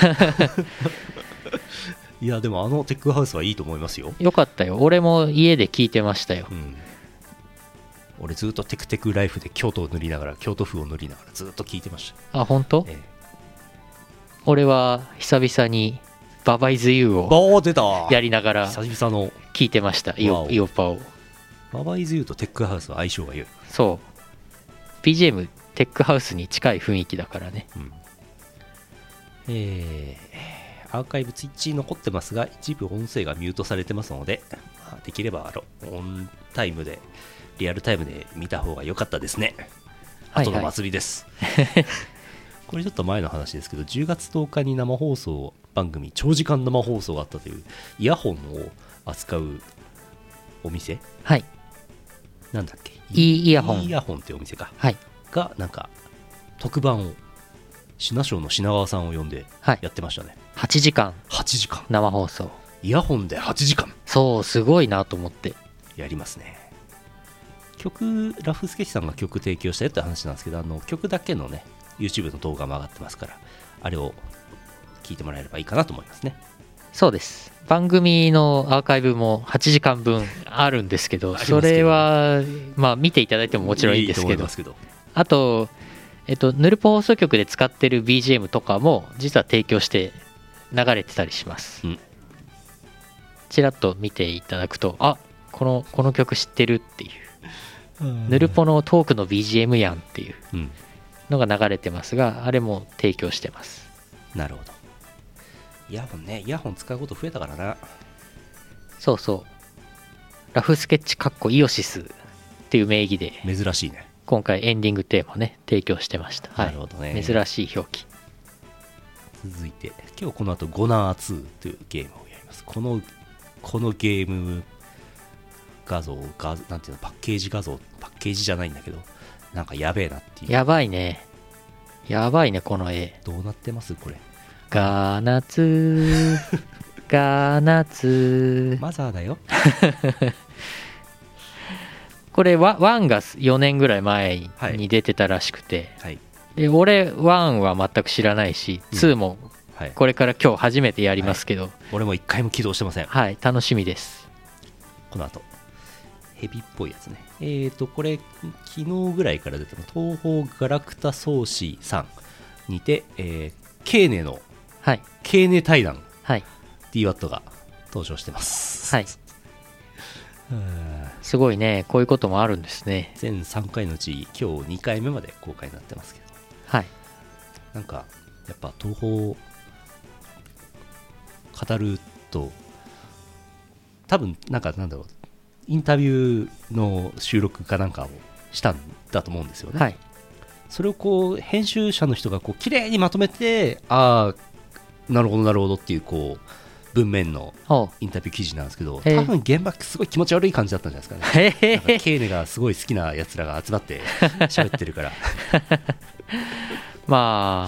いやでもテックハウスはいいと思いますよ。 よかったよ。俺も家で聞いてましたよ、 俺ずっとテクテクライフで京都を塗りながら、京都風を塗りながらずっと聞いてました。 あ、本当？俺は久々にババイズユーを出たやりながら久々の聞いてました。イオパを。 ババイズユーとテックハウスは相性が良い。 そう BGM テックハウスに近い雰囲気だからね。 アーカイブツイッチ残ってますが、一部音声がミュートされてますので、できればオンタイムでリアルタイムで見た方が良かったですね。後の祭りです、これちょっと前の話ですけど、10月10日に生放送番組、長時間生放送があったという、イヤホンを扱うお店、 はい、 なんだっけ、 イヤホンってお店か、 はい、 がなんか特番を品賞の品川さんを呼んでやってましたね、 はい、8時間生放送、 イヤホンで8時間、 そうすごいなと思ってやりますね。曲、ラフスケッチさんが曲提供したよって話なんですけど、曲だけのね YouTube の動画も上がってますから、あれを聞いてもらえればいいかなと思いますね。 そうです。番組のアーカイブも8時間分あるんですけど、それはまあ見ていただいてももちろんいいですけど、あとヌルポ放送局で使ってる BGM とかも実は提供して流れてたりします。ちらっと見ていただくと、あ、この曲知ってるっていう、ヌルポのトークの BGM やんっていうのが流れてますが、あれも提供してます。 なるほど。イヤホンね、イヤホン使うこと増えたからな。 そうそう、ラフスケッチイオシスっていう名義で珍しいね、 今回エンディングテーマね提供してました。 なるほどね、 はい、珍しい表記。 続いて今日この後ゴナー2というゲームをやります。このゲーム画像なんていうの、パッケージ画像、パッケージじゃないんだけど、なんかやべえなっていう。 やばいねこの絵。 どうなってますこれ。 ガナツガナツマザーだよこれ1が4年ぐらい前に出てたらしくて、はい、で俺1は全く知らないし、2もこれから今日初めてやりますけど、 俺も1回も起動してません。 はい、楽しみです。 この後ヘビっぽいやつね。これ昨日ぐらいから出てる東方ガラクタ創始さんにて、ケーネの、 はい、 ケーネ対談、 はい、 DWAT が登場してます。 はいすごいね、こういうこともあるんですね。 全3回のうち今日2回目まで公開になってますけど、 はい、 なんかやっぱ東宝語ると多分なんだろう、インタビューの収録かなんかをしたんだと思うんですよね、 はい、 それをこう編集者の人がこう綺麗にまとめて、ああなるほどなるほどっていうこう文面のインタビュー記事なんですけど、多分現場すごい気持ち悪い感じだったんじゃないですかね。なんかケーネがすごい好きなやつらが集まって喋ってるからま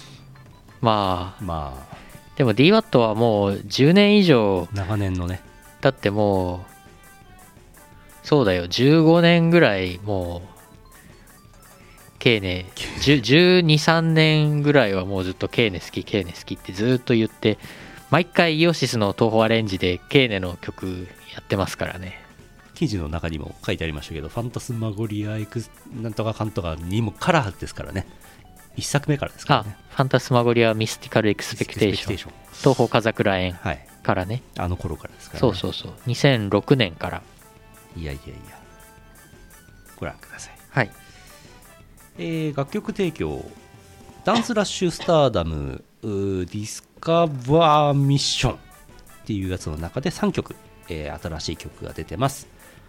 あでも DWAT はもう10年以上、 長年のね、 だってもうそうだよ、15年ぐらいもうケーネ12、13年ぐらいはもうずっとケーネ好きってずっと言って、毎回イオシスの東宝アレンジでケーネの曲やってますからね。 記事の中にも書いてありましたけど、ファンタスマゴリアエクスなんとかかんとかにもカラーですからね、1作目からですからね。 ファンタスマゴリアミスティカルエクスペクテーション、東宝風倉園からね、 あの頃からですからね。 そう2006年から。 いやご覧ください。 はい、 楽曲提供、ダンスラッシュスターダム、ディスカバーミッションっていうやつの中で3曲、新しい曲が出てます。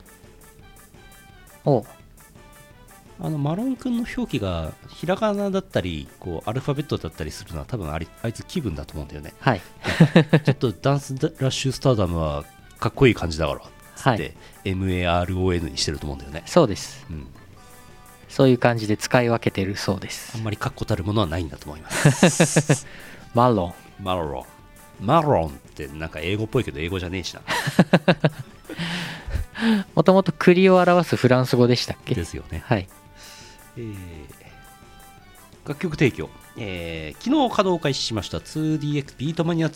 マロンくんの表記がひらがなだったりこうアルファベットだったりするのは多分あいつ気分だと思うんだよね。 はいちょっとダンスラッシュスターダムはかっこいい感じだからつって、MARON にしてると思うんだよね。 そうです、そういう感じで使い分けてるそうです。 あんまり確固たるものはないんだと思いますマロンってなんか英語っぽいけど英語じゃねえしなもともと栗を表すフランス語でしたっけ。 ですよね。 はい。 楽曲提供、昨日稼働開始しました 2DX ビートマニア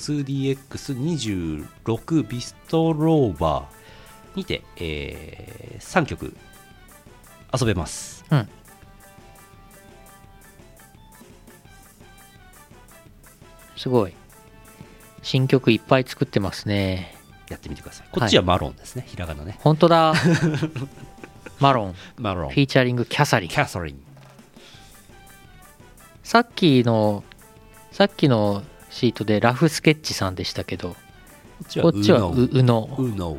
2DX26 ビストローバーにて、3曲遊べます。 うんすごい新曲いっぱい作ってますね。 やってみてください。こっちはマロンですね、ひらがなね。 本当だマロンフマロンィーチャリングキャサリン。 キャサリン。 さっきのシートでラフスケッチさんでしたけど、こっちはうの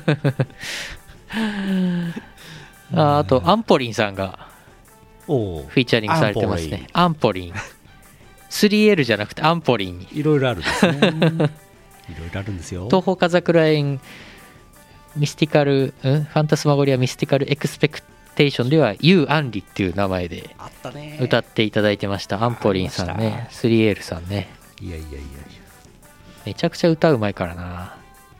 あとアンポリンさんがフィーチャリングされてますね。アンポリン 3L じゃなくてアンポリンにいろいろあるんですねいろいろあるんですよ。 東方風倉園ミスティカル、ファンタスマゴリアミスティカルエクスペクテーションでは You アンリっていう名前であったね、 歌っていただいてました。アンポリンさんね、3L さんね。 いやいやいやいや、 めちゃくちゃ歌うまいからな。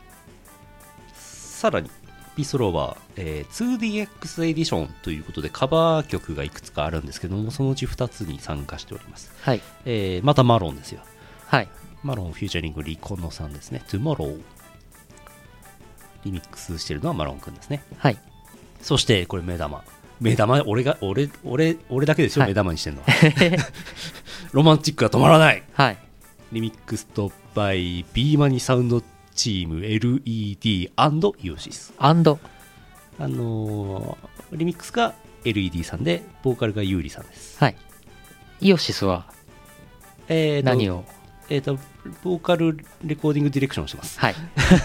さらにピースローは、2DX エディションということでカバー曲がいくつかあるんですけども、そのうち2つに参加しております。 はい、 またマロンですよ。 はい、 マロンフューチャリングリコノさんですね。Tomorrow リミックスしてるのはマロンくんですね。 はい。 そしてこれ目玉俺だけですよ、 はい目玉にしてるのはロマンチックが止まらない、 はい、 リミックスとバイビーマニサウンドチーム LED& イオシス。 アンドリミックスが LED さんでボーカルがユーリさんです。 はい。イオシスは何をボーカルレコーディングディレクションをしてます。 はい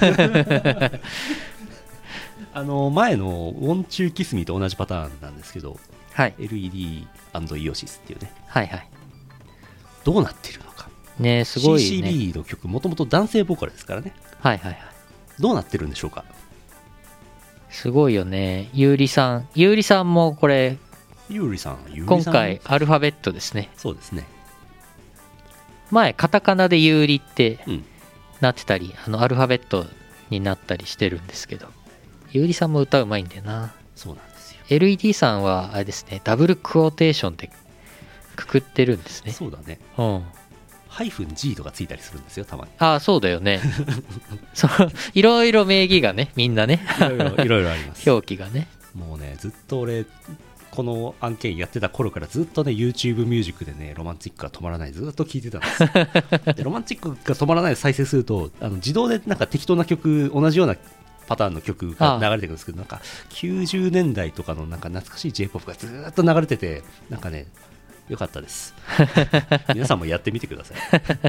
前のウォンチューキスミと同じパターンなんですけど、 はい LED& イオシスっていうね、 はいはいどうなっているのかね。すごいね。 CCB の曲もともと男性ボーカルですからね。 はいはいはい。 どうなってるんでしょうか。 すごいよね。ゆうりさんもこれユーリさん今回アルファベットですね。 そうですね。 前カタカナでゆうりってうんなってたり、アルファベットになったりしてるんですけど、ゆうりさんも歌うまいんだよな。 そうなんですよ。 LED さんはあれですね、ダブルクオーテーションでくくってるんですね。 そうだね。 うんハイフン G とかついたりするんですよ、たまに。 ああそうだよねそういろいろ名義がね、みんなねいろいろあります。 表記がね。 もうね、ずっと俺この案件やってた頃からずっとね YouTube ミュージックでねロマンチックが止まらないずっと聴いてたんですでロマンチックが止まらないで再生すると自動でなんか適当な曲、同じようなパターンの曲が流れてくるんですけど、なんか90年代とかのなんか懐かしい J-POP がずっと流れてて、なんかねよかったです皆さんもやってみてください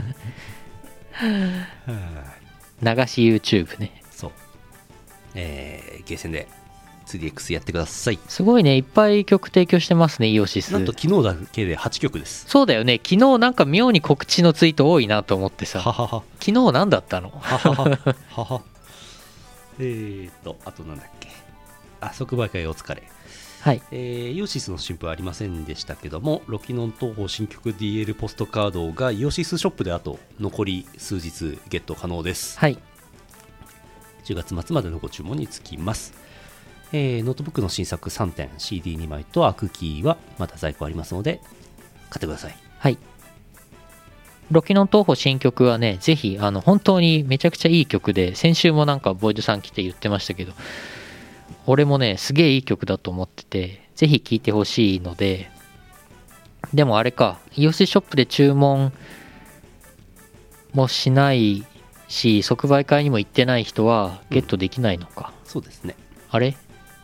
流し YouTube ね。 そう、ゲーセンで 2DX やってください。 すごいね、いっぱい曲提供してますね、イオシス。 なんと昨日だけで8曲です。 そうだよね、昨日なんか妙に告知のツイート多いなと思ってさ。 ははは昨日何だったのはははははあとなんだっけ、即売会お疲れ。 はい。 イオシスの新譜はありませんでしたけども、ロキノン東宝新曲 DL ポストカードがイオシスショップであと残り数日ゲット可能です。 はい。 10月末までのご注文につきます。ノートブックの新作3点 CD2 枚とアクキーはまだ在庫ありますので買ってください。 はい。ロキノン東宝新曲はね、ぜひ本当にめちゃくちゃいい曲で、先週もなんかボイドさん来て言ってましたけど、俺もねすげえいい曲だと思ってて、ぜひ聴いてほしいので。でもあれか、イオシスショップで注文もしないし、即売会にも行ってない人はゲットできないのか。 そうですね。 あれ、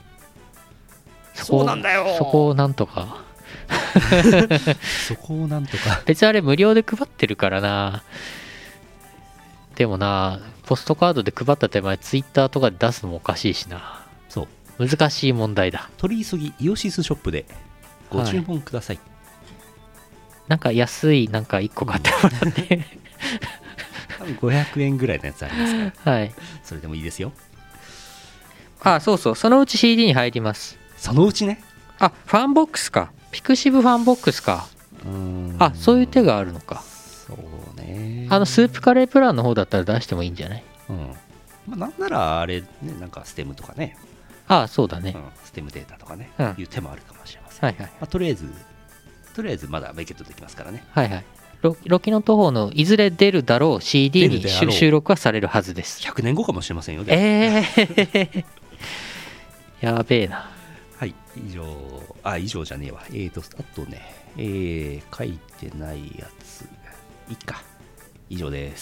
そうなんだよ。 そこをなんとかそこをなんとか別にあれ無料で配ってるからな。でもな、ポストカードで配った手前ツイッターとかで出すのもおかしいしな。 そう難しい問題だ。 取り急ぎイオシスショップでご注文ください。 なんか安いなんか1個買ってもらって多分500円ぐらいのやつありますからはい。 それでもいいですよ。 あ、そうそう、そのうち CD に入ります。 そのうちね。 あ、ファンボックスか。ピクシブファンボックスか。あ、そういう手があるのか。 そうね。 スープカレープランの方だったら出してもいいんじゃない？ なんならあれね、なんかステムとかね、 あ、そうだね。 ステムデータとかね、 うんいう手もあるかもしれません。 はいはい。 とりあえずまだゲットできますからね。 はいはい。ロキノン東宝のいずれ出るだろう CD に出るであろう収録はされるはずです。 100年後かもしれませんよ。 やべえな。 はい、以上じゃねえわ。あとね、書いてないやついいか。以上です。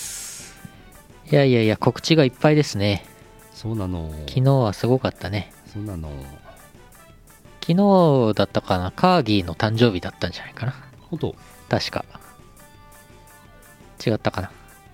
いやいやいや、告知がいっぱいですね。 そうなの。 昨日はすごかったね。 そうなの。 昨日だったかな、カーギーの誕生日だったんじゃないかな。 ほんと。 確か。違ったかな。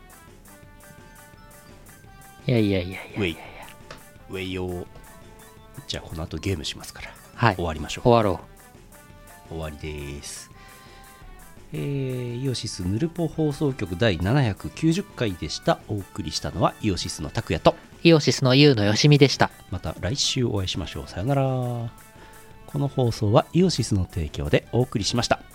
いやいやいやいやいやいや。 ウェイヨー。じゃあこの後ゲームしますから。 はい。 終わりましょう。 終わろう。終わりです。イオシスヌルポ放送局第790回でした。お送りしたのはイオシスの拓也とイオシスのユウのよしみでした。 また来週お会いしましょう。さよなら。この放送はイオシスの提供でお送りしました。